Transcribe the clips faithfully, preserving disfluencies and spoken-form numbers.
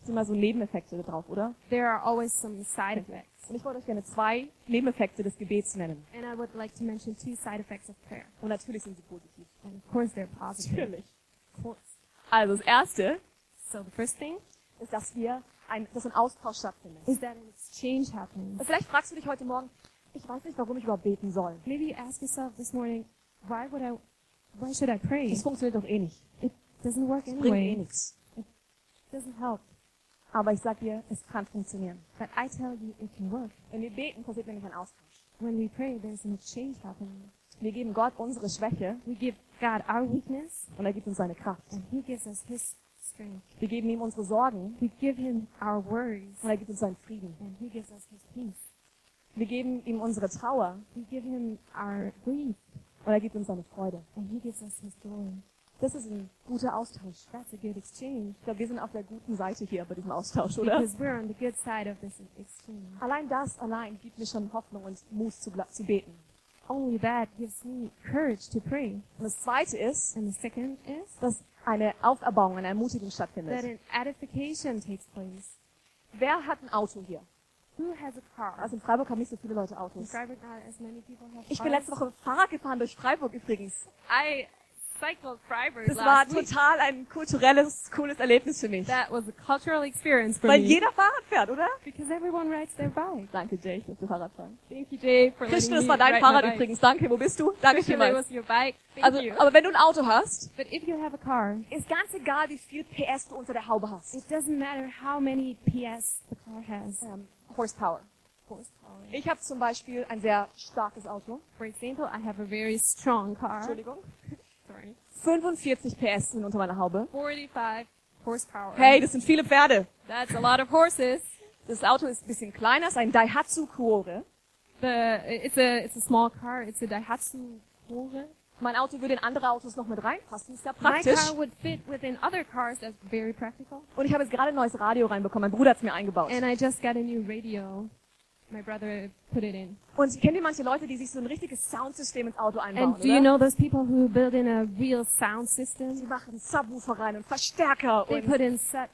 immer so Nebeneffekte drauf, oder? There are always some side effects. Und ich wollte euch gerne zwei Nebeneffekte des Gebets nennen. And I would like to mention two side effects of prayer. Und natürlich sind sie positiv. And of course they're positive. Natürlich. Of course. Also das Erste So the first thing ist, dass wir ein, dass ein Austausch stattfindet. is that an exchange happens. Und vielleicht fragst du dich heute Morgen, ich weiß nicht, warum ich überhaupt beten soll. Maybe you ask yourself this morning, why would I, why should I pray? Das funktioniert doch eh nicht. It doesn't work Das bringt eh anyway. nichts. It doesn't help. Aber ich sag dir, es kann funktionieren. But I tell you, it can work. Wenn wir beten, passiert nämlich ein Austausch. When we pray, there's an exchange happening. Wir geben Gott unsere Schwäche We give God our weakness, und er gibt uns seine Kraft. and He gives us His strength. Wir geben ihm unsere Sorgen We give Him our worries, und er gibt uns seinen Frieden. and He gives us His peace. Wir geben ihm unsere Trauer We give Him our grief, und er gibt uns seine Freude. and He gives us His joy. Das ist ein guter Austausch. That's a good exchange. Ich glaube, wir sind auf der guten Seite hier bei diesem Austausch, oder? Because we're on the good side of this exchange. Allein das allein gibt mir schon Hoffnung und Mut zu, zu beten. Only that gives me courage to pray. Und das Zweite ist, And the second is dass eine Auferbauung, eine Ermutigung that stattfindet. an edification takes place. Wer hat ein Auto hier? Who has a car? Also in Freiburg haben nicht so viele Leute In Autos. Freiburg, not as many people have Ich bin cars. letzte Woche Fahrrad gefahren durch Freiburg übrigens. I cycled Freiburg Das war last week. total ein kulturelles, cooles Erlebnis für mich. That was a cultural experience for Weil me. jeder Fahrrad fährt, oder? Because everyone rides their bike. Danke, Jay, dass du Fahrrad fahren. Thank you, Jay, for letting Christian, me das war dein ride Fahrrad my bike. übrigens. Danke, wo bist du? Danke Christian, it vielmals. was your bike. Thank Also, you. aber wenn du ein Auto hast, But if you have a car, ist ganz egal, wie viel P S du unter der Haube hast. it doesn't matter how many P S the car has. Ähm, Horsepower. Horsepower. Ich habe zum Beispiel ein sehr starkes Auto. For example, I have a very strong car. Entschuldigung. Sorry. fünfundvierzig P S sind unter meiner Haube. forty-five horsepower. Hey, das sind viele Pferde. That's a lot of horses. Das Auto ist ein bisschen kleiner, ist ein Daihatsu Kuore. The it's a it's a small car. It's a Daihatsu Hore. Mein Auto würde in andere Autos noch mit reinpassen. Ist ja My praktisch. car would fit within other cars. That's very practical. Und ich habe jetzt gerade ein neues Radio reinbekommen. Mein Bruder hat es mir eingebaut. And I just got a new radio. My brother put it in. Und kennt ihr manche Leute, die sich so ein richtiges Soundsystem ins Auto einbauen, And do you oder? know those people who build in a real sound Sie system? machen Subwoofer rein und Verstärker They und put in set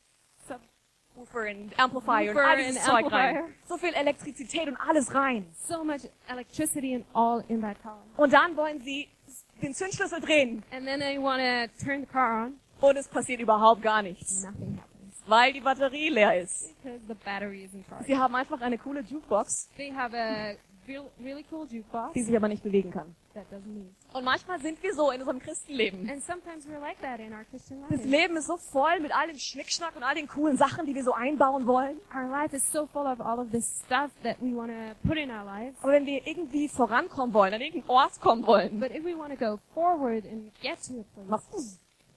Subwoofer und Amplifier und Woofer all dieses and Zeug rein. Amplifier. So viel Elektrizität und alles rein. so much electricity and all in that car. Und dann wollen sie den Zündschlüssel drehen And then they want to turn the car on. und es passiert überhaupt gar nichts, Nothing happens weil die Batterie leer ist. because the battery isn't charged. Sie haben einfach eine coole Jukebox, They have a real, really cool jukebox die sich aber nicht bewegen kann. that doesn't move. Und manchmal sind wir so in unserem Christenleben. And sometimes we're like that in our Christian Das life. Leben ist so voll mit all dem Schnickschnack und all den coolen Sachen, die wir so einbauen wollen. Our life is so full of all of this stuff that we want to put in our lives. Aber wenn wir irgendwie vorankommen wollen, an irgendeinen Ort kommen wollen, But if we want to go forward and get to a place, macht es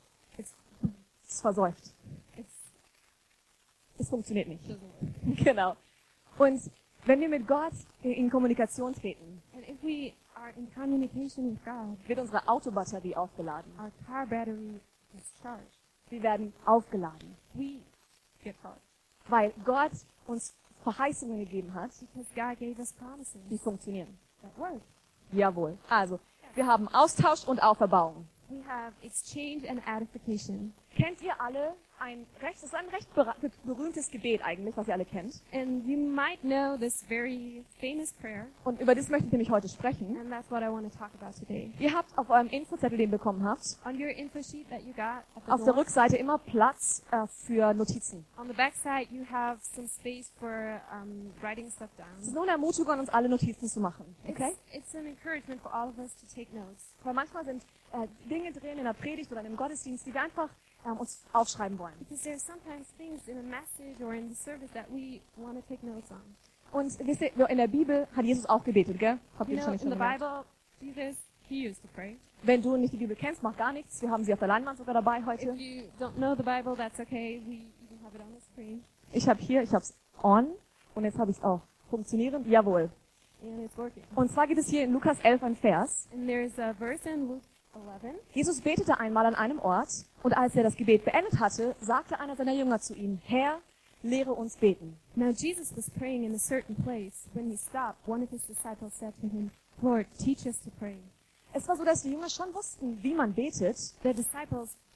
ist versäuft. it's, Es funktioniert nicht. doesn't work. Genau. Und wenn wir mit Gott in Kommunikation treten, And if we are in communication with God, wird unsere Autobatterie aufgeladen. our car battery is charged. Wir werden aufgeladen, We get charged. weil Gott uns Verheißungen gegeben hat, Because God gave us promises die funktionieren. that work. Jawohl. Also, wir haben Austausch und Auferbauung. We have exchange and edification. Kennt ihr alle ein recht, das ist ein recht ber- berühmtes Gebet eigentlich, was ihr alle kennt. And you might know this very famous prayer, Und über das möchte ich nämlich heute sprechen. and that's what I want to talk about today. Ihr habt auf eurem Infozettel, den ihr bekommen habt, On your info sheet that you got at the auf der door, Rückseite immer Platz äh, für Notizen. on the back side, you have some space for um, writing stuff Es ist down. nur eine Ermutigung an uns alle, Notizen zu machen. Okay? It's, it's an encouragement for all of us to take notes. Weil manchmal sind äh, Dinge drin in der Predigt oder in einem Gottesdienst, die wir einfach ähm, uns aufschreiben wollen. Because there's sometimes things in a message or in the service that we want to take notes on. Und wisst ihr, in der Bibel hat Jesus auch gebetet, gell? Habt You ihr know, das in schon the gemerkt? Bible, Jesus, he used to pray. Wenn du nicht die Bibel kennst, mach gar nichts. Wir haben sie auf der Leinwand sogar dabei heute. If you don't know the Bible, that's okay. We even have it on the screen. Ich habe hier, ich habe es on und jetzt habe ich es auch funktionierend. Jawohl. And it's working. Und zwar geht es hier in Lukas elf ein Vers. And there's a verse in Luke eleven. Jesus betete einmal an einem Ort und als er das Gebet beendet hatte, sagte einer seiner Jünger zu ihm, Herr, lehre uns beten. Now Jesus was praying in a certain place. When he stopped, one of his disciples said to him, Lord, teach us to pray. Es war so, dass die Jünger schon wussten, wie man betet, The disciples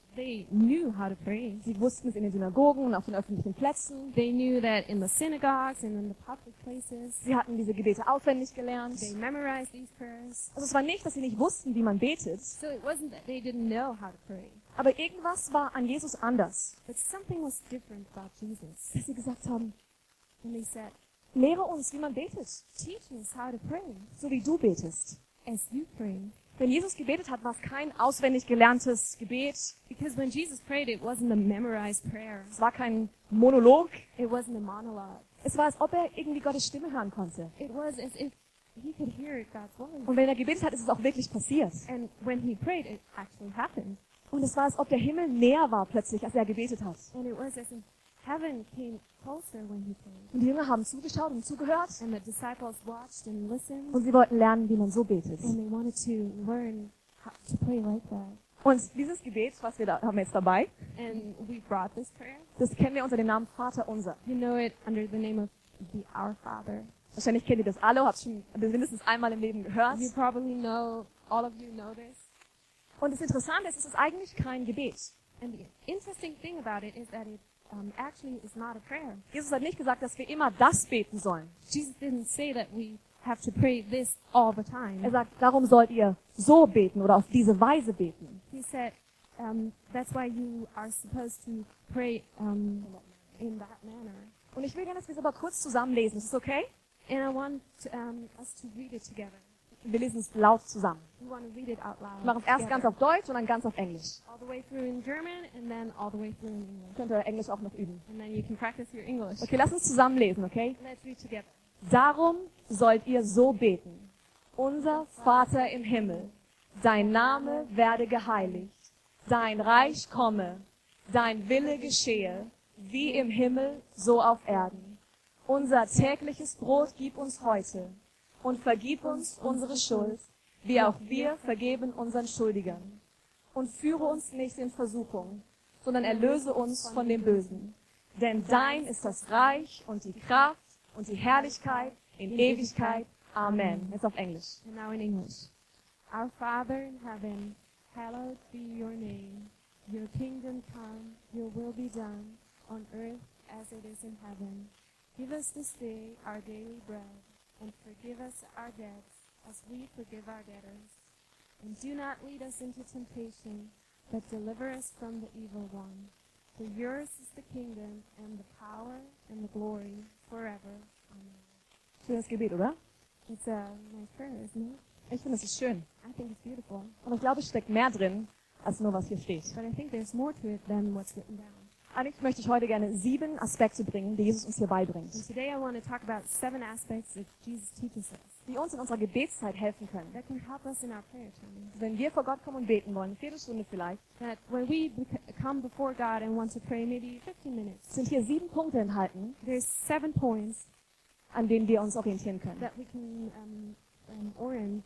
they knew how to pray. Sie wussten es in den Synagogen und auf den öffentlichen Plätzen. They knew that in the synagogues and in the public places, Sie hatten diese Gebete auswendig gelernt. they memorized these prayers. Also es war nicht, dass sie nicht wussten, wie man betet, So it wasn't that they didn't know how to pray, aber irgendwas war an Jesus anders. but something was different about Jesus. Dass sie gesagt haben, And they said, lehre uns, wie man betet, teach us how to pray so wie du betest. as you pray. Wenn Jesus gebetet hat, war es kein auswendig gelerntes Gebet. Because when Jesus prayed, it wasn't a memorized prayer. Es war kein Monolog. It wasn't a monologue. Es war, als ob er irgendwie Gottes Stimme hören konnte. It was as if he could hear God's voice. Und wenn er gebetet hat, ist es auch wirklich passiert. And when he prayed, it actually happened. Und es war, als ob der Himmel näher war plötzlich, als er gebetet hat. And it was as if heaven came closer when he prayed. Und die Jünger haben zugeschaut und zugehört. And the disciples watched and listened. Und sie wollten lernen, wie man so betet. And they wanted to learn how to pray like that. Und dieses Gebet, was wir da haben wir jetzt dabei, And we brought this prayer. das kennen wir unter dem Namen Vater unser. You know it under the name of the Our Father. Wahrscheinlich kennt ihr das alle, habt schon mindestens einmal im Leben gehört. You probably know, all of you know this. Und das Interessante ist, es ist eigentlich kein Gebet. And the interesting thing about it is that it um, actually is not a prayer. Jesus hat nicht gesagt, dass wir immer das beten sollen. Jesus didn't say that we have to pray this all the Er time. sagt, darum sollt ihr so beten oder auf diese Weise beten. He said, um, that's why you are supposed to pray um, in that manner. Und ich will gerne, dass wir es aber kurz zusammenlesen. Ist das okay? And I want um, us to read it together. Wir lesen es laut zusammen. We want to read it out loud. Wir machen es erst ganz together. auf Deutsch und dann ganz auf Englisch. All the way through in German and then all the way through in English. Könnt ihr Englisch auch noch üben. And then you can practice your English. Okay, lass uns zusammen lesen, okay? Let's read together. Darum sollt ihr so beten. Unser Vater im Himmel, dein Name werde geheiligt, dein Reich komme, dein Wille geschehe, wie im Himmel, so auf Erden. Unser tägliches Brot gib uns heute und vergib uns unsere Schuld, wie auch wir vergeben unseren Schuldigern. Und führe uns nicht in Versuchung, sondern erlöse uns von dem Bösen. Denn dein ist das Reich und die Kraft und die Herrlichkeit in Ewigkeit. Amen. Jetzt auf Englisch. And now in English. Our Father in heaven, hallowed be your name. Your kingdom come, your will be done, on earth as it is in heaven. Give us this day our daily bread, and forgive us our debts, as we forgive our debtors. And do not lead us into temptation, but deliver us from the evil one. For yours is the kingdom, and the power, and the glory, forever. Amen. Schönes Gebet, oder? It's a nice prayer, isn't it? Ich finde, es ist schön. I think it's beautiful. Aber ich glaube, es steckt mehr drin, als nur was hier steht. But I think there's more to it than what's written down. Eigentlich möchte ich heute gerne sieben Aspekte bringen, die Jesus uns hier beibringt, And today I want to talk about seven aspects that Jesus teaches us die uns in unserer Gebetszeit helfen können. that can help us in our prayer time. Wenn wir vor Gott kommen und beten wollen, eine Viertelstunde vielleicht, That when we bec- come before God and want to pray maybe fifteen minutes, sind hier sieben Punkte enthalten, there's seven points an denen wir uns orientieren können. that we can um, um, orientate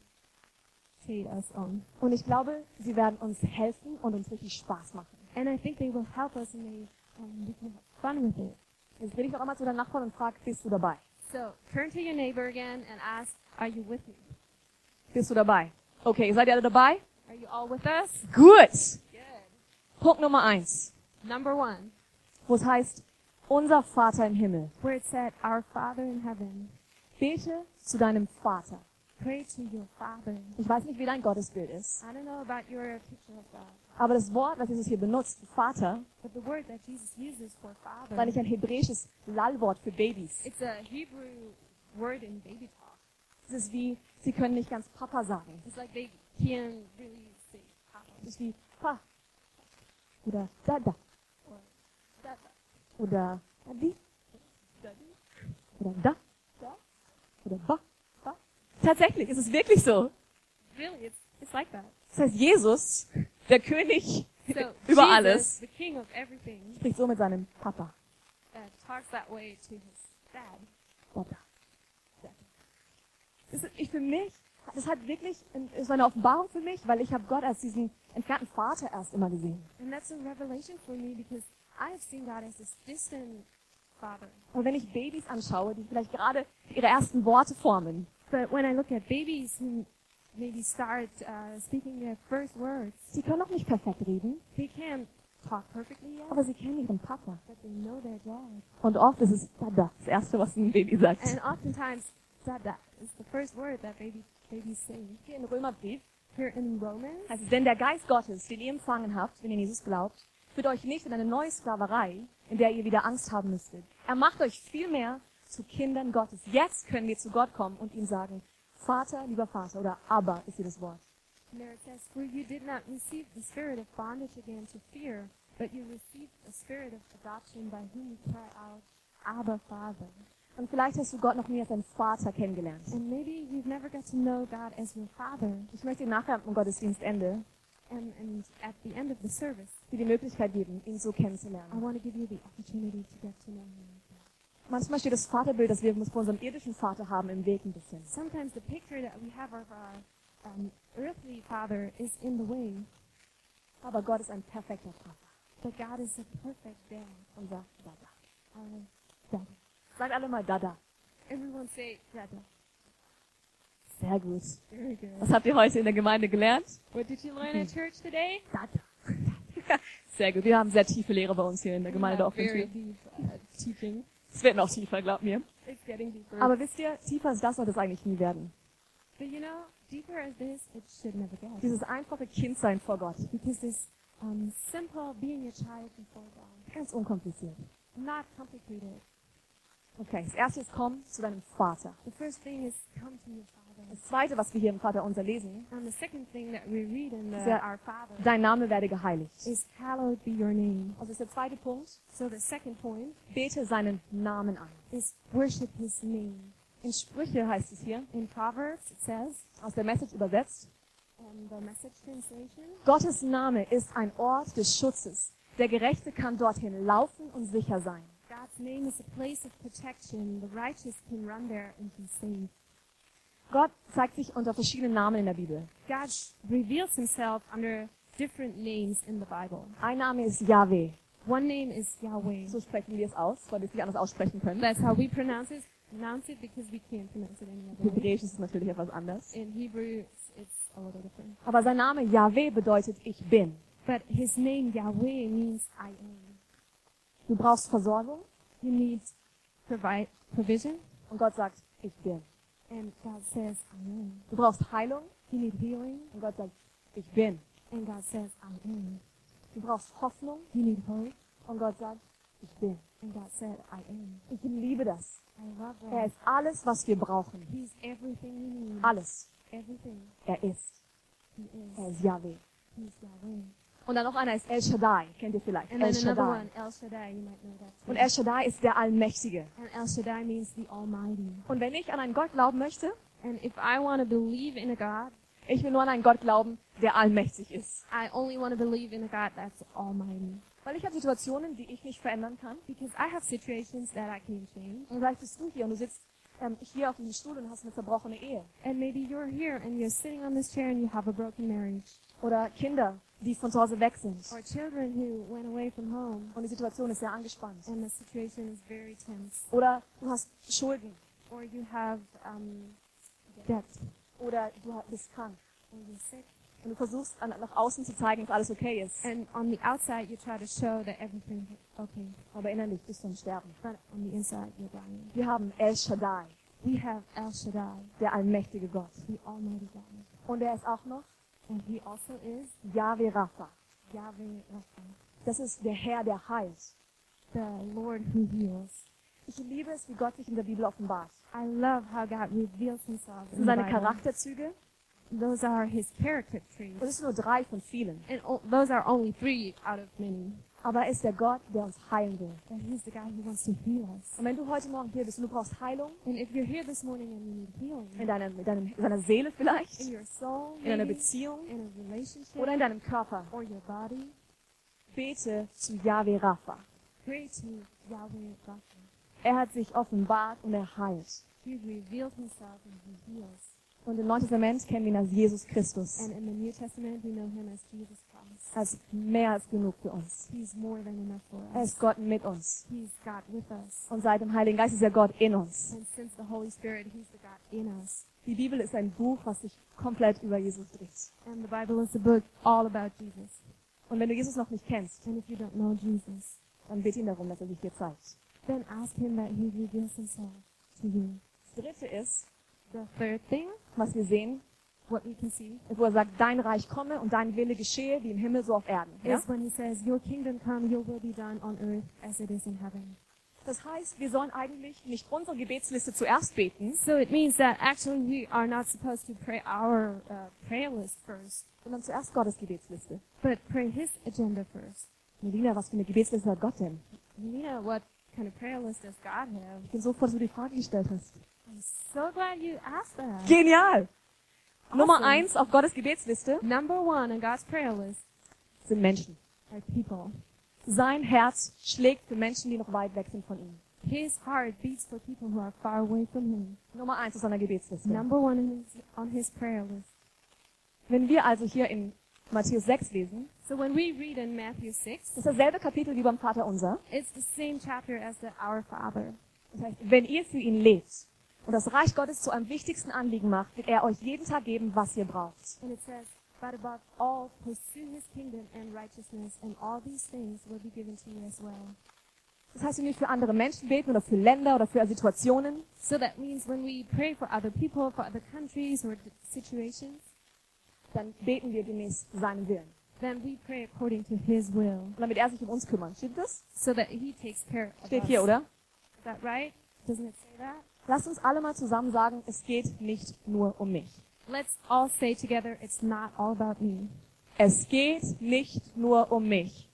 us on. Und ich glaube, sie werden uns helfen und uns richtig Spaß machen. And I think they will help us and they, um, we can have fun with it. Jetzt rede ich noch einmal zu deinem Nachbarn und frage, bist du dabei? So turn to your neighbor again and ask, are you with me? Bist du dabei? Okay, seid ihr alle dabei? Are you all with us? Gut. Good. Punkt Nummer eins, Number one, wo es heißt, unser Vater im Himmel. where it said, our Father in heaven. Bete zu deinem Vater. Pray to your Father. Ich weiß nicht, wie dein Gottesbild ist, I don't know about your picture of God, aber das Wort, das Jesus hier benutzt, Vater, but the word that Jesus uses for ist Father, eigentlich ein hebräisches Lallwort für Babys. it's a Hebrew word in baby talk. Es ist wie, sie können nicht ganz Papa sagen. It's like they can't really say Papa Es ist wie Pa oder Dada or Dada. oder Adi Daddy. oder Da Da. oder Ba. Ba. Tatsächlich, es ist wirklich so. Really, it's, it's like that. Das heißt, Jesus, der König So über Jesus, alles, the king of everything, spricht so mit seinem Papa. uh, talks that way to his dad. Dada. Das ist, ich für mich, das hat wirklich, es war eine Offenbarung für mich, weil ich habe Gott als diesen entfernten Vater erst immer gesehen. And that's a revelation for me because I have seen God as this distant father. Und wenn ich Babys anschaue, die vielleicht gerade ihre ersten Worte formen, But when I look at babies who maybe start uh, speaking their first words. Sie können noch nicht perfekt reden, They can't talk perfectly yet, aber sie kennen ihren Papa. but they know their dad. Und oft ist es Dada, das Erste, was ein Baby sagt. And oftentimes, dada is the first word that baby, babies say. Hier in Römerbrief Here in Romans, heißt es, denn der Geist Gottes, den ihr empfangen habt, wenn ihr an Jesus glaubt, führt euch nicht in eine neue Sklaverei, in der ihr wieder Angst haben müsstet. Er macht euch vielmehr zu Kindern Gottes. Jetzt können wir zu Gott kommen und ihm sagen, Vater, lieber Vater, oder Abba ist hier das Wort. and there it says, for you did not receive the spirit of bondage again to fear, but you received the spirit of adoption by whom you cry out, Abba, Father. Und vielleicht hast du Gott noch nie als deinen Vater kennengelernt. And maybe you've never got to know God as your Father. Ich möchte dir nachher am Gottesdienstende And, and at the end of the service, dir die Möglichkeit geben, ihn so I kennenzulernen. want to give you the opportunity to get to know Him. Manchmal steht das Vaterbild, das wir vor unserem irdischen Vater haben, im Weg ein bisschen. Sometimes the picture that we have of our um, earthly father is in the way, Aber Gott ist ein perfekter Vater. but God is a perfect dad. Unser Dada. Our dad. Sagt alle mal Dada. Everyone say dada. Sehr gut. Very good. Was habt ihr heute in der Gemeinde gelernt? What did you learn at church today? Dada. Sehr gut. Wir haben sehr tiefe Lehre bei uns hier in der Gemeinde der offenen Very Tür. deep uh, teaching. Es wird noch tiefer, glaubt mir. It's getting deeper. Aber wisst ihr, tiefer als das sollte es eigentlich nie werden. but you know, deeper as this, it should never get. Dieses einfache Kindsein vor Gott. Because this um, simple being a child before God, Ganz unkompliziert. not complicated. Okay, das erste ist, komm zu deinem Vater. The first thing is come to your Father. Das zweite, was wir hier im Vater unser lesen, And the second thing that we read in the, Sehr- Our Father dein Name werde geheiligt. is hallowed be your name. Also ist der zweite Punkt, So the second point bete seinen Namen an. is worship His name. In Sprüche heißt es hier, In Proverbs it says, aus der Message übersetzt, and the Message translation, Gottes Name ist ein Ort des Schutzes. Der Gerechte kann dorthin laufen und sicher sein. God's name is a place of protection. The righteous can run there and be safe. Gott zeigt sich unter verschiedenen Namen in der Bibel. God reveals Himself under different names in the Bible. Ein Name ist Yahweh. One name is Yahweh. So sprechen wir es aus, weil wir es nicht anders aussprechen können. That's how we pronounce it. Pronounce it because we can't pronounce it any other way. Hebräisch ist es natürlich etwas anders. In Hebrew, it's, it's a little different. Aber sein Name Yahweh bedeutet ich bin. But His name Yahweh means I am. Du brauchst Versorgung You need provide provision, und Gott sagt ich bin. and God says I am. Du brauchst Heilung You need healing, und Gott sagt ich bin. and God says I am. Du brauchst Hoffnung You need hope, und Gott sagt ich bin. and God said I am. Ich liebe das. I love Er that. ist alles, was wir brauchen. He's everything we need. Alles. Everything. Er ist. He Er is. ist Yahweh. He's Yahweh. Und dann noch einer ist El Shaddai. Kennt ihr vielleicht? And El then another Shaddai. one, El Shaddai. You might know that too. Und El Shaddai ist der Allmächtige. And El Shaddai means the Almighty. Und wenn ich an einen Gott glauben möchte, And if I want to believe in a God, ich will nur an einen Gott glauben, der allmächtig ist. I only want to believe in a God that's Almighty. Weil ich habe Situationen, die ich nicht verändern kann. Because I have situations that I can't change. Und vielleicht bist du hier und du sitzt ähm, hier auf diesem Stuhl und hast eine zerbrochene Ehe. And maybe you're here and you're sitting on this chair and you have a broken marriage. Oder Kinder, die von zu Hause weg sind. Or children who went away from home Und die Situation ist sehr angespannt. and the situation is very tense. Oder du hast Schulden. Or you have um, debt. Oder du bist krank. Or you're sick. Und du versuchst an, nach außen zu zeigen, dass alles okay ist. And on the outside you try to show that everything's okay. Aber innerlich bist du am Sterben. But on the inside you're dying. Wir haben El Shaddai, We have El Shaddai, der allmächtige Gott. the Almighty God. Und er ist auch noch And He also is Yahweh Rapha. Yahweh Rapha, Das ist der Herr, der heilt. the Lord who heals. Ich liebe es, wie Gott sich in der Bibel offenbart. I love how God reveals Himself Das in sind the seine Bible. Charakterzüge. Those are His character traits. Und es sind nur drei von vielen. And o- those are only three out of many. Aber er ist der Gott, der uns heilen will. But He's the God who wants to heal us. Und wenn du heute Morgen hier bist und du brauchst Heilung, And if you're here this morning and you need healing, in, deinem, in, deinem, in deiner Seele vielleicht, in your soul, in deiner maybe, Beziehung in a relationship, oder in deinem Körper, or your body, bete zu Yahweh Rapha. pray to Yahweh Rapha. Er hat sich offenbart und er heilt. He revealed Himself and He heals. Und im Neuen Testament kennen wir ihn als Jesus Christus. And in the New Testament, we know him as Jesus Christ. Er ist mehr als genug für uns. He's more than enough for Er us. ist Gott mit uns. He's God with us. Und seit dem Heiligen Geist ist er Gott in uns. And since the Holy Spirit, he's the God in us. Die Bibel ist ein Buch, was sich komplett über Jesus dreht. And the Bible is a book all about Jesus. Und wenn du Jesus noch nicht kennst, And if you don't know Jesus, dann bitte ihn darum, dass er sich dir zeigt. then ask him that he reveals himself to you. Das dritte ist, The third thing, was wir sehen, what we can see, wo er sagt, dein Reich komme und dein Wille geschehe, wie im Himmel so auf Erden. Ja? is when he says, your kingdom come, your will be done on earth as it is in heaven. Das heißt, wir sollen eigentlich nicht unsere Gebetsliste zuerst beten, So it means that actually we are not supposed to pray our uh, prayer list first, sondern zuerst Gottes Gebetsliste. but pray his agenda first. Melina, was für eine Gebetsliste hat Gott denn? Nina, what kind of prayer list does God have? Ich bin so froh, dass du die Frage gestellt hast. I'm so glad you asked that. Genial! Awesome. Nummer eins auf Gottes Gebetsliste Number one on God's prayer list sind Menschen. are people. Sein Herz schlägt für Menschen, die noch weit weg sind von ihm. His heart beats for people who are far away from him. Nummer eins auf seiner Gebetsliste. Number one on his, on his prayer list. Wenn wir also hier in Matthäus sechs lesen, So when we read in Matthew six, das ist dasselbe Kapitel wie beim Vater unser. it's the same chapter as the Our Father. Das heißt, wenn ihr für ihn lebt und das Reich Gottes zu eurem wichtigsten Anliegen macht, wird er euch jeden Tag geben, was ihr braucht. And it says, but above all, pursue his kingdom and righteousness, and all these things will be given to you as well. Das heißt, wenn wir für andere Menschen beten oder für Länder oder für Situationen, So that means when we pray for other people, for other countries or situations, dann beten wir gemäß seinem Willen. then we pray according to his will, Und damit er sich um uns kümmert. Steht das? so that he takes care of Steht us. hier, oder? Is that right? Doesn't it say that? Lasst uns alle mal zusammen sagen, es geht nicht nur um mich. Let's all say together, it's not all about me. Es geht nicht nur um mich.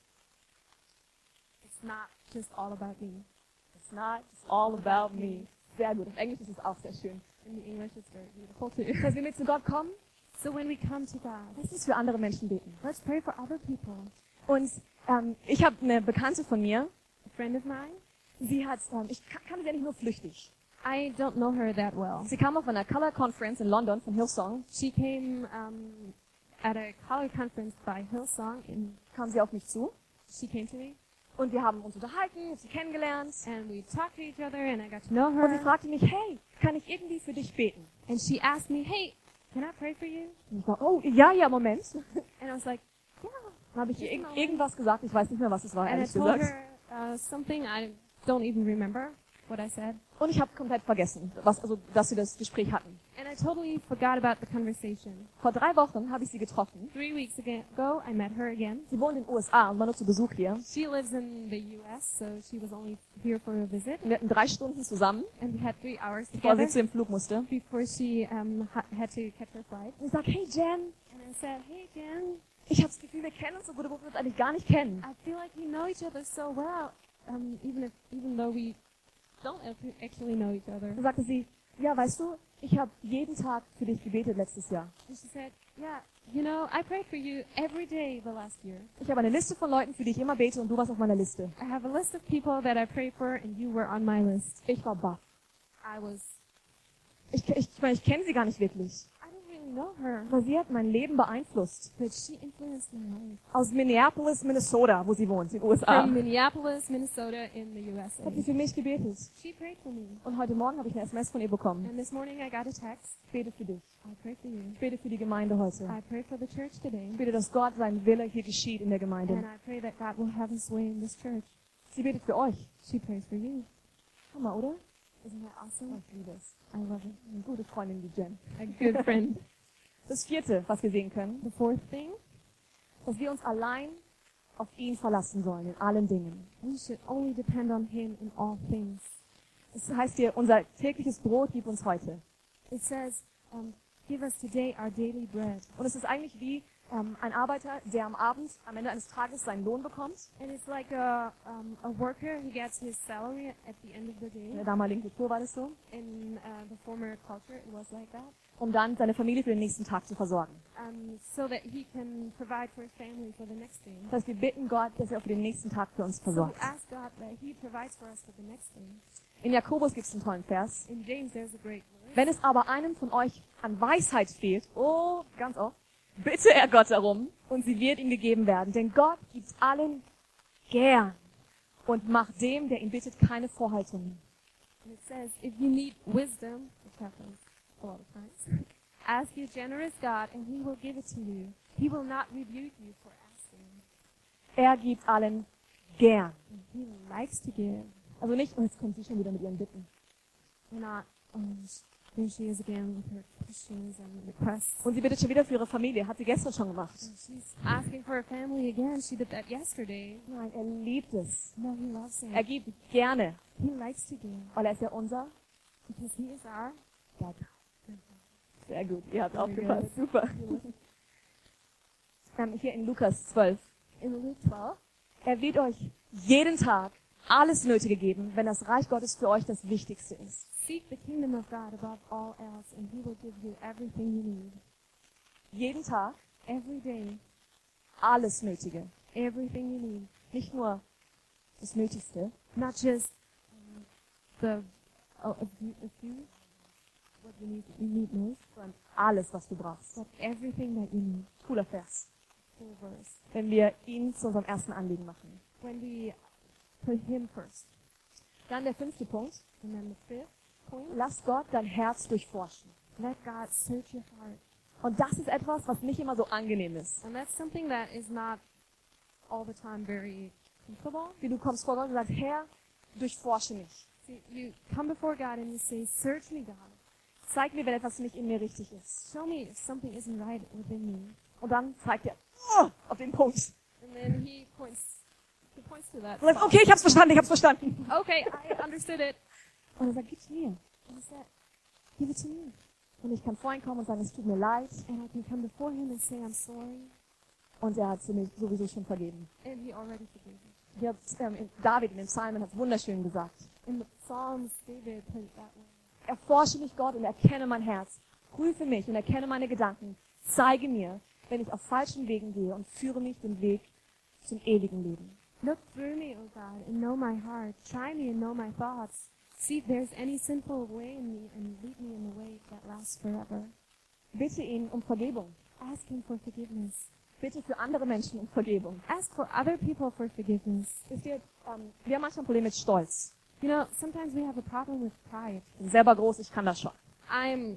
It's not just all about me. It's not all about me. Sehr gut. Auf Englisch ist es auch sehr schön. In the English, it's very beautiful too. Das heißt, wenn wir zu Gott kommen, So when we come to God, lass uns für andere Menschen beten. let's pray for other people. Und ähm, ich habe eine Bekannte von mir, A friend of mine, sie hat, ähm, ich kan- kannte sie eigentlich nur flüchtig. I don't know her that well. Sie kam auf einer Color Conference in London von Hillsong, She came um, at a college conference by Hillsong, and kam sie auf mich zu she came to me, und wir haben uns unterhalten, sie kennengelernt and we talked to each other, and I got to know und sie her. fragte mich, hey, kann ich irgendwie für dich beten? And she asked me, hey, can I pray for you? Und ich war, oh, ja, ja, Moment. And I was like, yeah. Dann habe ich ihr irg irgendwas gesagt, ich weiß nicht mehr, was es war, And I ehrlich told gesagt. her uh, something, I don't even remember what I said. Und ich habe komplett vergessen, was, also, dass wir das Gespräch hatten. And I totally forgot about the conversation. Vor drei Wochen habe ich sie getroffen. Three weeks ago, I met her again. Sie wohnt in den U S A und war nur zu Besuch hier. She lives in the U S, so she was only here for a visit. Wir hatten drei Stunden zusammen, And we had three hours bevor sie together zu dem Flug musste. before she um, ha had to catch her flight. Und ich sage, hey Jen, And I said, hey, Jen, ich habe das Gefühl, wir kennen uns so gut, obwohl wir uns eigentlich gar nicht kennen. I feel like we know each other so well, um, even if even though we don't ac- actually know each other. Dann sagte sie, ja, weißt du, ich habe jeden Tag für dich gebetet letztes Jahr. And she said, yeah, you know, I prayed for you every day the last year. Ich habe eine Liste von Leuten, für die ich immer bete und du warst auf meiner Liste. I have a list of people that I pray for, and you were on my list. Ich war baff. I was, Ich, ich, ich, meine, ich kenne sie gar nicht wirklich. I didn't really know her, Aber sie hat mein Leben beeinflusst. but she influenced my life. Aus Minneapolis, Minnesota, wo sie wohnt, in den U S A. From Minneapolis, Minnesota, in the U S Hat sie A. für mich gebetet. She prayed for me. Und heute Morgen habe ich eine S M S von ihr bekommen. And this morning I got a text. Ich bete für dich. I pray for you. Ich bete für die Gemeinde heute. I pray for the church today. Ich bete, dass Gott sein Wille hier geschieht in der Gemeinde. And I pray that God will have his way in this church. Sie betet für euch. She prays for you. Hammer, oder? Isn't that Oh, awesome? ich liebe es. I love it. Eine gute Freundin wie Jen. A good friend. Das vierte, was wir sehen können, The fourth thing, dass wir uns allein auf ihn verlassen sollen in allen Dingen. we should only depend on him in all things. Es heißt hier, unser tägliches Brot gib uns heute. It says, um, give us today our daily bread. Und es ist eigentlich wie, ähm, ein Arbeiter, der am Abend, am Ende eines Tages seinen Lohn bekommt. And it's like a, um, a worker, he gets his salary at the end of the In day. der damaligen Kultur war das so. In uh, the former culture, it was like that. Um dann seine Familie für den nächsten Tag zu versorgen. Um, so that he can provide for his family for the next day. Das heißt, wir bitten Gott, dass er auch für den nächsten Tag für uns So we versorgt. ask God that he provides for us for the next day. In Jakobus gibt es einen tollen Vers. In James, there's a great verse. Wenn es aber einem von euch an Weisheit fehlt, oh, ganz oft, bitte er Gott darum und sie wird ihm gegeben werden. Denn Gott gibt allen gern und macht dem, der ihn bittet, keine Vorhaltungen. And it says, if you need wisdom, which happens a lot of times, ask your generous God and he will give it to you. He will not rebuke you for asking. Er gibt allen gern. And he likes to give. Also nicht, und jetzt kommt sie schon wieder mit ihren Bitten. We're not, um, there she is again with her questions and requests. Und sie bittet schon wieder für ihre Familie. Hat sie gestern schon gemacht. And she's asking for her family again. She did that yesterday. Nein, er liebt es. No, he loves it. Er gibt gerne, He likes to give weil er ist ja unser because he is our Gott. Sehr gut, ihr habt Very aufgepasst. Super. Ähm, hier in Lukas zwölf. in Luke twelve. Er wird euch jeden Tag alles Nötige geben, wenn das Reich Gottes für euch das Wichtigste ist. Seek the kingdom of God above all else, and he will give you everything you need. Jeden Tag Every day, alles Nötige. everything you need. Nicht nur das Nötigste, Not just um, the oh, a few, a few, what you need, you need most, sondern alles, was du brauchst. but everything that you need. Cooler Vers. Full verse. Wenn wir ihn zu unserem ersten Anliegen machen. When we put him first. Dann der fünfte Punkt. And then the fifth point, Lass Gott dein Herz durchforschen. let God search your heart. Und das ist etwas, was nicht immer so angenehm ist. And that's something that is not all the time very comfortable. Wie du kommst vor Gott und sagst, Herr, durchforsche mich. See, you come before God and you say, search me, God. Zeig mir, wenn etwas nicht in mir richtig ist. Show me if something isn't right within me. Und dann zeigt er oh, auf den Punkt. And then he points, he points to that. Und sagst, spot. okay, ich hab's verstanden, ich hab's verstanden. Okay, I understood it. Und er sagt, gib's mir. And he said, Give it to me. Und ich kann vor ihn kommen und sagen, es tut mir leid. and I can come before him and say, I'm sorry. Und er hat sie mir sowieso schon vergeben. And he already forgave me. Hier hat, ähm, in- David in den Psalmen hat es wunderschön gesagt. In the Psalms, David put it that way. Erforsche mich, Gott, und erkenne mein Herz. Prüfe mich und erkenne meine Gedanken. Zeige mir, wenn ich auf falschen Wegen gehe und führe mich den Weg zum ewigen Leben. Look through me, O God, and know my heart. Try me and know my thoughts. See if there's any sinful way in me, and lead me in the way that lasts forever. Bitte ihn um Vergebung. Ask him for forgiveness. Bitte für andere Menschen um Vergebung. Ask for other people for forgiveness. Wisst ihr, ähm, wir haben manchmal ein Problem mit Stolz. You know, sometimes we have a problem with pride. Ich bin selber groß, ich kann das schon. I'm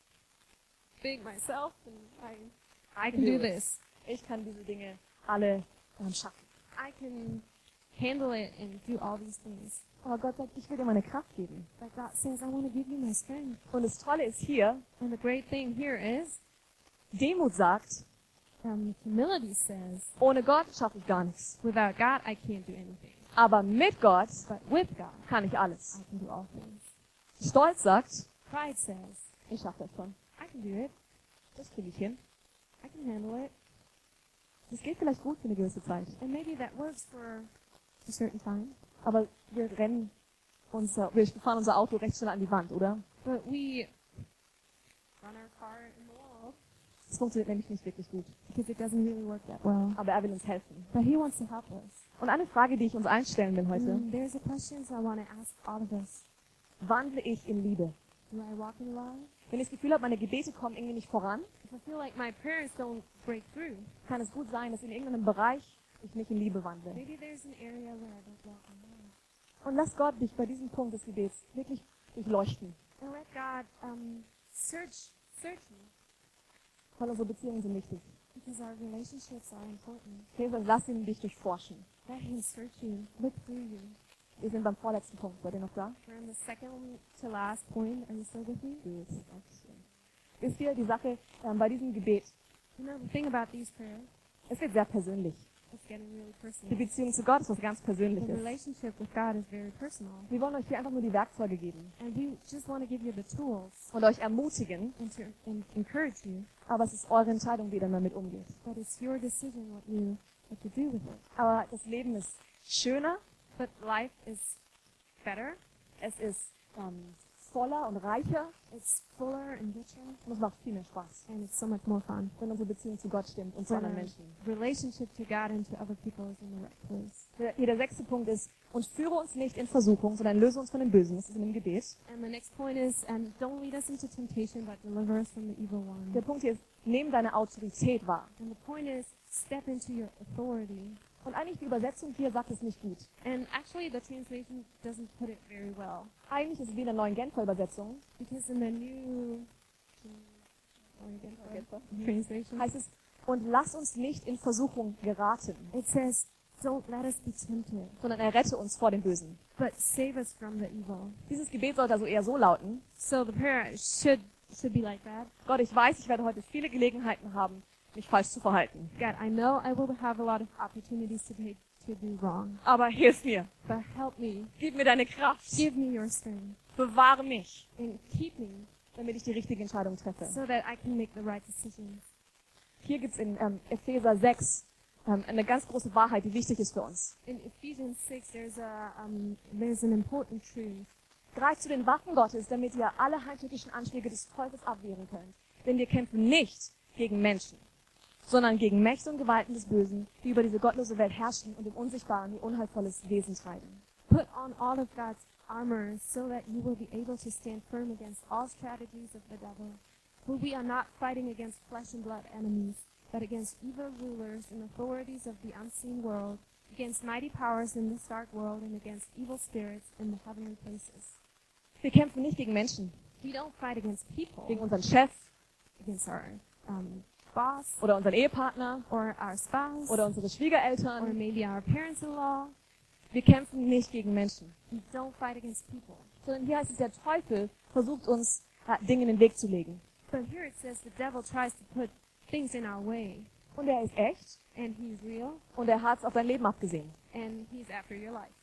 big myself, and I, I can do this. Ich kann diese Dinge alle ähm, schaffen. I can handle it and do all these things. Aber Gott sagt, ich will dir meine Kraft geben. But God says, I want to give you my strength. Und das Tolle ist hier, And the great thing here is, Demut sagt, um, humility says, ohne Gott schaffe ich gar nichts. without God, I can't do anything. Aber mit Gott But with God, kann ich alles. I can do all things. Stolz sagt, Pride says, ich schaffe das schon. I can do it. Das kriege ich hin. I can handle it. Das geht vielleicht gut für eine gewisse Zeit. And maybe that works for a certain time. Aber wir rennen unser, wir fahren unser Auto recht schnell an die Wand, oder? But we run our car in the wall Das funktioniert nämlich nicht wirklich gut. because it doesn't really work that well. Aber er will uns helfen. But He wants to help us. Und eine Frage, die ich uns einstellen will heute. And there's a question I want to ask all of us. Wandle ich in Liebe? Do I walk in love? Wenn ich das Gefühl habe, meine Gebete kommen irgendwie nicht voran, If I feel like my prayers don't break through, kann es gut sein, dass in irgendeinem Bereich ich nicht in Liebe wandle. maybe there's an area where I don't walk in love. Und lass Gott dich bei diesem Punkt des Gebets wirklich durchleuchten. And let God um, search, search me Weil unsere Beziehungen sind wichtig. because our relationships are important. Jesus, lass ihn dich durchforschen. Let Him search you, look through you. Wir sind beim vorletzten Punkt. Seid ihr noch da? We're on the second to last point. Are you still with me? Gut. Dankeschön. Wisst ihr, die Sache ähm, bei diesem Gebet, You know, the thing about these prayers, es wird sehr persönlich. it's getting really Die personal. Beziehung zu Gott ist was ganz The Persönliches. relationship with God is very personal. Wir wollen euch hier einfach nur die Werkzeuge geben And we just want to give you the tools und euch ermutigen, and to and encourage you, aber es ist eure Entscheidung, wie ihr dann damit umgeht. but it's your decision what you what to do with it. Aber das Leben ist schöner, But life is better. es ist ähm, voller und reicher It's fuller and richer, und es macht viel mehr Spaß, and it's so much more fun. wenn unsere Beziehung zu Gott stimmt und zu When anderen our Menschen. relationship to God and to other people is in the right place. Der- Hier der sechste Punkt ist, und führe uns nicht in Versuchung, sondern löse uns von dem Bösen. Das ist in dem Gebet. And the next point is, and don't lead us into temptation, but deliver us from the evil Der one. Punkt hier ist, nimm deine Autorität wahr. And the point is, step into your authority. Und eigentlich die Übersetzung hier sagt es nicht gut. And actually, the translation doesn't put it very well, Eigentlich ist es wie in der neuen Genfer Übersetzung. because in the new Genfer. translation, Heißt es, und lass uns nicht in Versuchung geraten, it says, "Don't let us be tempted, sondern errette uns vor dem Bösen. but save us from the evil." Dieses Gebet sollte also eher so lauten, So the prayer should should be like that. Gott, ich weiß, ich werde heute viele Gelegenheiten haben, mich falsch zu verhalten. God, I know I will have a lot of opportunities today to do wrong, Aber hilf mir, but help me, gib mir deine Kraft, give me your strength, bewahre mich, and keep me damit ich die richtige Entscheidung treffe. so that I can make the right decisions. Hier gibt's in ähm, Epheser sechs ähm, eine ganz große Wahrheit, die wichtig ist für uns. In Ephesians six, there's a um, there's an important truth. Greift zu den Waffen Gottes, damit ihr alle heimtückischen Anschläge des Teufels abwehren könnt. Denn wir kämpfen nicht gegen Menschen, sondern gegen Mächte und Gewalten des Bösen, die über diese gottlose Welt herrschen und im Unsichtbaren ihr unheilvolles Wesen treiben. Put on all of God's armor so that you will be able to stand firm against all strategies of the devil. For we are not fighting against flesh and blood enemies, but against evil rulers and authorities of the unseen world, against mighty powers in this dark world, and against evil spirits in the heavenly places. Wir kämpfen nicht gegen Menschen, We don't fight against people, gegen unseren Chef against our um, boss oder unseren Ehepartner or our spouse oder unsere or Schwiegereltern. maybe our parents-in-law. Wir kämpfen nicht gegen Menschen. We don't fight against people. Sondern hier heißt es, der Teufel versucht uns äh, Dinge in den Weg zu legen. But here it says the devil tries to put things in our way, Und er ist echt and he's real, und er hat es auf dein Leben abgesehen. and he's after your life.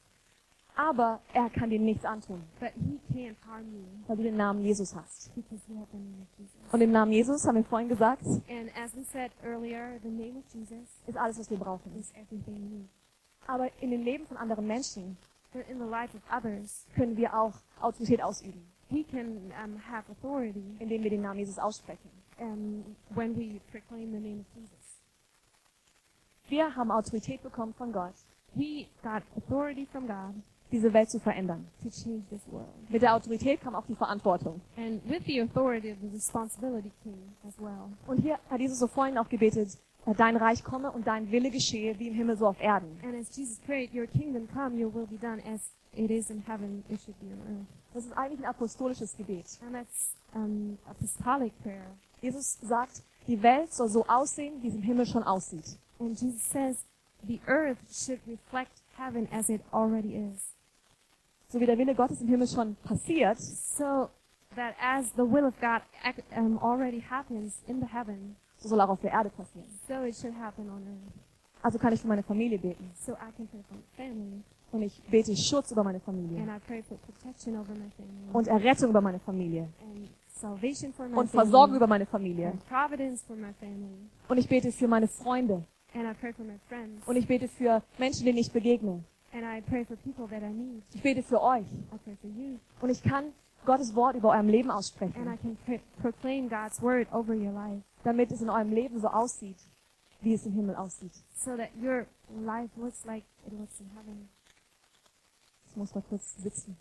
Aber er kann dir nichts antun, But he can't harm you weil du den Namen Jesus hast. because you have the name of Jesus. Und im Namen Jesus, haben wir vorhin gesagt, And as we said earlier, the name of Jesus ist alles, was wir brauchen. is everything you need. Aber in den Leben von anderen Menschen But in the life of others, können wir auch Autorität ausüben, we can um, have authority indem wir den Namen Jesus aussprechen. um, when we proclaim the name of Jesus. Wir haben Autorität bekommen von Gott, We got authority from God diese Welt zu verändern. to change this world. Mit der Autorität kam auch die Verantwortung. And with the authority, the responsibility came as well. Und hier hat Jesus so vorhin auch gebetet, äh, dein Reich komme und dein Wille geschehe, wie im Himmel so auf Erden. And as Jesus prayed, your kingdom come, your will be done as it is in heaven, it should be on earth. Das ist eigentlich ein apostolisches Gebet. And that's um, apostolic prayer. Jesus sagt, die Welt soll so aussehen, wie es im Himmel schon aussieht. And Jesus says the earth should reflect heaven as it already is. So wie der Wille Gottes im Himmel schon passiert, So that as the will of God ac- um, already happens in the heaven, so soll auch auf der Erde passieren. so it should happen on earth. Also kann ich für meine Familie beten. So I can pray for my family, Und ich bete Schutz über meine Familie. and I pray for protection over my family, Und Errettung über meine Familie. and salvation for my Und Versorgung family, über meine Familie. and providence for my family, Und ich bete für meine Freunde. and I pray for my friends, Und ich bete für Menschen, denen ich begegne. and I pray for people that I need. Ich bete für euch. I pray for you, Und ich kann Gottes Wort über eurem Leben and I aussprechen, can pr- proclaim God's word over your life, damit es in eurem Leben so aussieht, wie es im Himmel aussieht. so that your life looks like it looks in heaven. Ich muss mal kurz sitzen.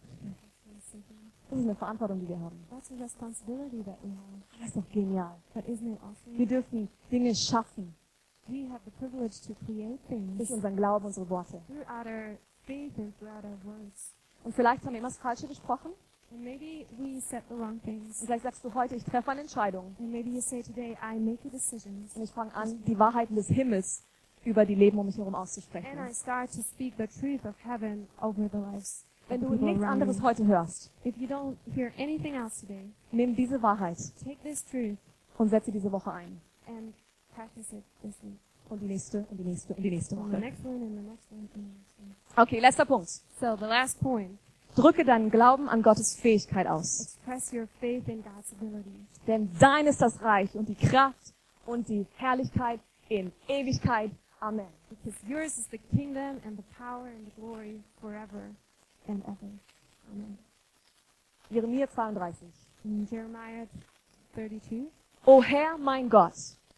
Das ist eine Verantwortung, die wir haben. That's a responsibility that we have. Das ist doch genial. But isn't it awesome? Wir dürfen Dinge schaffen We have the privilege to create things durch unseren Glauben, unsere Worte. throughout our faith and throughout our words. Und vielleicht haben wir immer das Falsche gesprochen. And maybe we said the wrong Und things. vielleicht sagst du heute, ich treffe eine Entscheidung. And maybe you say today, I make a decision. Und ich fange an, die Wahrheiten des Himmels über die Leben um mich herum And I auszusprechen. start to speak the truth of heaven over the lives of Wenn the du people nichts around anderes you. heute hörst, If you don't hear anything else today, nimm diese Wahrheit take this truth und setze diese Woche ein. and practice it this week. und die nächste und die nächste und die nächste And the Woche. next one and the next one and the next one. Okay, letzter Punkt. So the last point. Drücke deinen Glauben an Gottes Fähigkeit aus. Express your faith in God's ability. Denn dein ist das Reich und die Kraft und die Herrlichkeit in Ewigkeit. Amen. Because yours is the kingdom and the power and the glory forever and ever. Amen. Jeremia zweiunddreißig. In Jeremiah thirty-two. O Herr, mein Gott,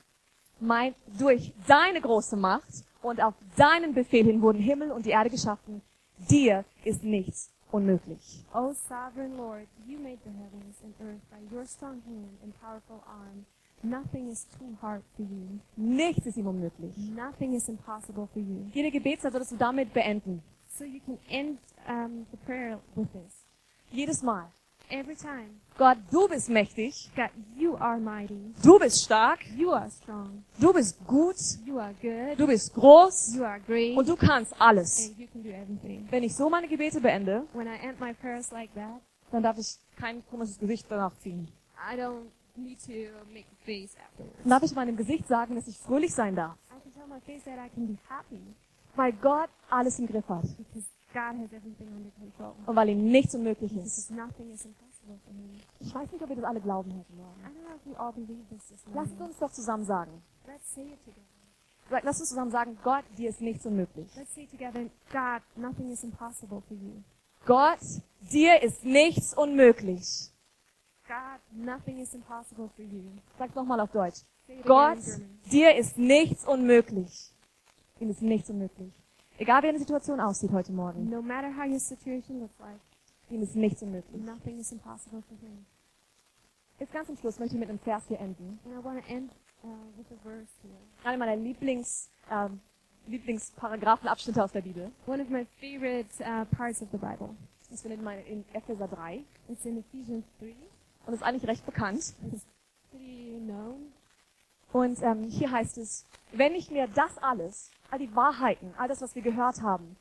mein, durch deine große Macht und auf deinen Befehl hin wurden Himmel und die Erde geschaffen. Dir ist nichts unmöglich. O sovereign Lord, you made the heavens and earth by your strong hand and powerful arm. Nothing is too hard for you. Nichts ist ihm unmöglich. Nothing is impossible for you. Jede Gebetszeit solltest du damit beenden. So you can end um, the prayer with this. Jedes Mal. Every time. Gott, du bist mächtig. God, you are mighty. Du bist stark. You are strong. Du bist gut. You are good. Du bist groß. You are great. Und du kannst alles. And you can do everything. Wenn ich so meine Gebete beende, When I end my prayers like that, dann darf ich kein komisches Gesicht danach ziehen. I don't need to make a face afterwards. Dann darf ich meinem Gesicht sagen, dass ich fröhlich sein darf. I can tell my face that I can be happy Weil Gott alles im Griff hat. because God has everything under control. Und weil ihm nichts unmöglich Because ist. nothing is impossible for him. Ich weiß nicht, ob wir das alle glauben heute I Morgen. don't know if we all believe this this Lasst morning. uns doch zusammen sagen. Let's say it together. Sag- Lasst uns zusammen sagen, Gott, dir ist nichts unmöglich. Let's say together, God, nothing is impossible for you. Gott, dir ist nichts unmöglich. God, nothing is impossible for you. Sag's nochmal auf Deutsch. Say it Gott, again in German. dir ist nichts unmöglich. Ihm ist nichts unmöglich. Egal wie eine Situation aussieht heute Morgen, No matter how your situation looks like, ihm ist nichts unmöglich. nothing is impossible for him. Jetzt ganz zum Schluss möchte ich mit einem Vers hier enden. And I want to end uh, with a verse here. Einer meiner Lieblings, ähm, Lieblingsparagraphenabschnitte aus der Bibel. One of my favorite uh, parts of the Bible. Das findet man in Epheser drei. It's in Ephesians three. Und ist eigentlich recht bekannt. It's pretty known. Und ähm, hier heißt es, wenn ich mir das alles, all die Wahrheiten, all das, was wir gehört haben,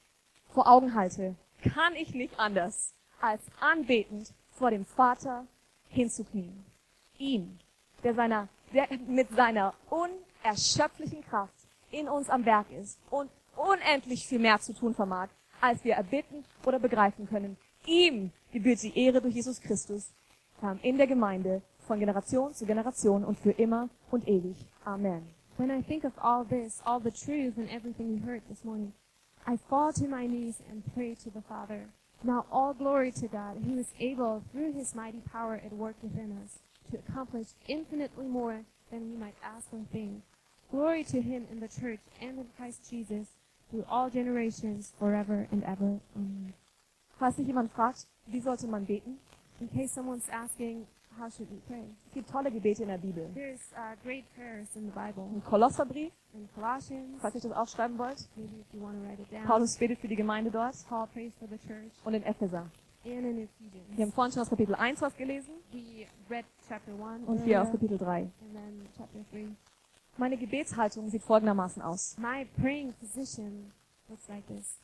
vor Augen halte, kann ich nicht anders, als anbetend vor dem Vater hinzuknien. Ihm, der, seiner, der mit seiner unerschöpflichen Kraft in uns am Werk ist und unendlich viel mehr zu tun vermag, als wir erbitten oder begreifen können. Ihm gebührt die Ehre durch Jesus Christus ähm, in der Gemeinde von Generation zu Generation und für immer und ewig. Amen. When I think of all this, all the truth and everything we heard this morning, I fall to my knees and pray to the Father. Now all glory to God, who is able, through his mighty power at work within us, to accomplish infinitely more than we might ask or think. Glory to him in the church and in Christ Jesus, through all generations, forever and ever. Amen. Falls sich jemand fragt, wie sollte man beten? In case someone's asking, how should we pray? Es gibt tolle Gebete in der Bibel. There's uh, great prayers in the Bible. Im Kolosserbrief, In Colossians, falls ihr das aufschreiben wollt. maybe if you want to write it down. Paulus betet für die Gemeinde dort. Paul prays for the church. Und in Epheser. And in Ephesians. Wir haben vorhin schon aus Kapitel eins was gelesen We read chapter one und hier aus earlier, Kapitel drei. and then chapter three. Meine Gebetshaltung sieht folgendermaßen aus. My praying position looks like this.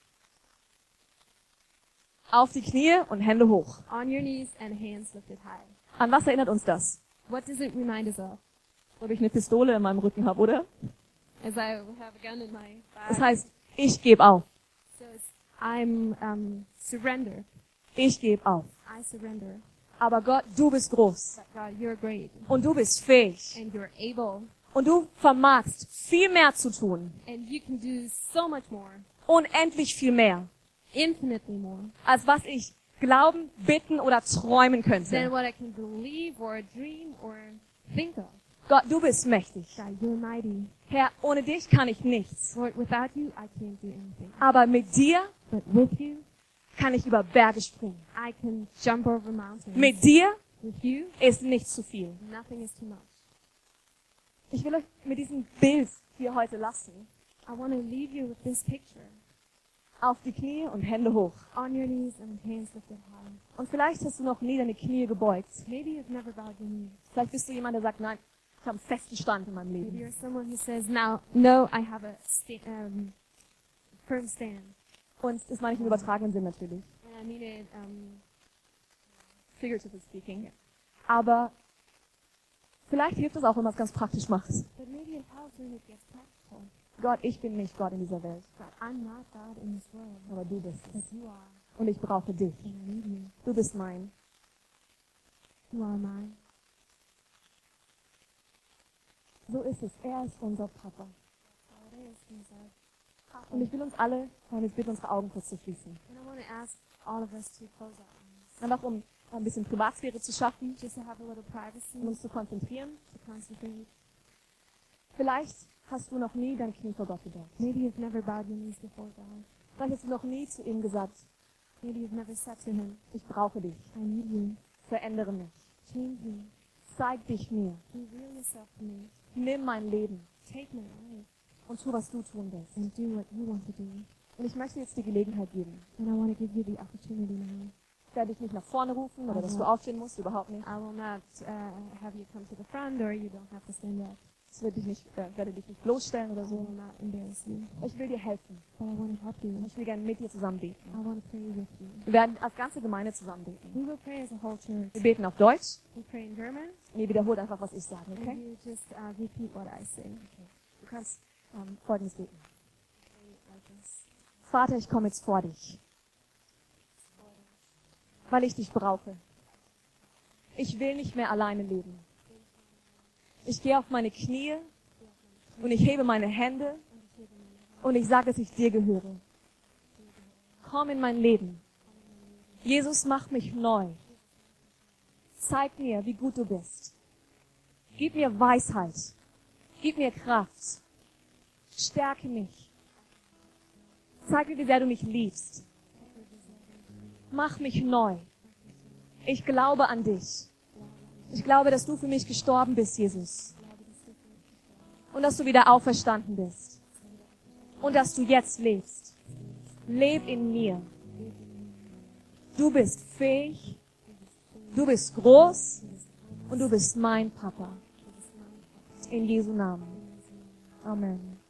Auf die Knie und Hände hoch. On your knees and hands lifted high. An was erinnert uns das? What does it remind us of? Ob ich eine Pistole in meinem Rücken habe, oder? As I have a gun in my Das back. heißt, ich gebe auf. So it's, I'm um, surrender. Ich gebe auf. I surrender. Aber Gott, du bist groß. But God, you're great. Und du bist fähig. And you're able. Und du vermagst viel mehr zu tun. And you can do so much more. Unendlich viel mehr. Infinitely more. Als was ich glauben, bitten oder träumen Than könnte. what I can believe or dream or think of. Gott, du bist mächtig. God, you're mighty. Herr, ohne dich kann ich nichts. Lord, without you, I can't do anything. Aber mit dir But with you, kann ich über Berge springen. I can jump over mountains. Mit dir With you, ist nichts zu viel. nothing is too much. Ich will euch mit diesem Bild hier heute lassen. I want to leave you with this picture. Auf die Knie und Hände hoch. On your knees and hands lifted high. Und vielleicht hast du noch nie deine Knie gebeugt. Maybe you've never bowed your knee. Vielleicht bist du jemand, der sagt, nein, ich habe einen festen Stand in meinem Maybe Leben. you're someone who says, now, no, I have a sta- um, firm stand. Und das meine ich im übertragenen Sinn natürlich. And I mean it, um, Figuratively speaking. Aber Vielleicht hilft es auch, wenn man es ganz praktisch macht. But maybe it helps when it gets practical. Gott, ich bin nicht Gott in dieser Welt, God, I'm not God in this world, aber du bist but es. you are, Und ich brauche dich. and I need you. Du bist mein. You are mine. So ist es. Er ist unser Papa. That's how it is. He's our Papa. Und ich will uns alle, wollen jetzt bitten, unsere Augen kurz zu schließen. And I want to ask all of us to close our eyes, Einfach um ein bisschen Privatsphäre zu schaffen, just to have a little privacy, um uns zu konzentrieren. to concentrate. Vielleicht hast du noch nie dein Knie vor Gott gebeugt. Maybe you've never bowed your knees before God. Vielleicht hast du noch nie zu ihm gesagt, Maybe you've never said to him, ich brauche dich. I need you. Verändere mich. Change me. Zeig dich mir. Reveal yourself to me. Nimm mein Leben Take my life und tu, was du tun willst. and do what you want to do. Und ich möchte jetzt die Gelegenheit geben. And I want to give you the opportunity now. Ich werde dich nicht nach vorne rufen oder dass du aufstehen musst, überhaupt nicht. I will not uh, have you come to the front, or you don't have to stand up. Ich werde dich nicht, äh, werde dich nicht bloßstellen oder I so. will not embarrass you. Ich will dir helfen. But I want to help you. Und ich will gerne mit dir zusammen beten. I want to pray with you. Wir werden als ganze Gemeinde zusammen beten. We will pray as a whole church. Wir beten auf Deutsch. We pray in German. Und ihr wiederholt einfach, was ich sage, And okay? you just uh, repeat what I say. Du kannst ähm, Folgendes beten. Pray like this. Vater, ich komme jetzt vor dich, weil ich dich brauche. Ich will nicht mehr alleine leben. Ich gehe auf meine Knie und ich hebe meine Hände und ich sage, dass ich dir gehöre. Komm in mein Leben. Jesus, mach mich neu. Zeig mir, wie gut du bist. Gib mir Weisheit. Gib mir Kraft. Stärke mich. Zeig mir, wie sehr du mich liebst. Mach mich neu. Ich glaube an dich. Ich glaube, dass du für mich gestorben bist, Jesus. Und dass du wieder auferstanden bist. Und dass du jetzt lebst. Leb in mir. Du bist fähig. Du bist groß. Und du bist mein Papa. In Jesu Namen. Amen.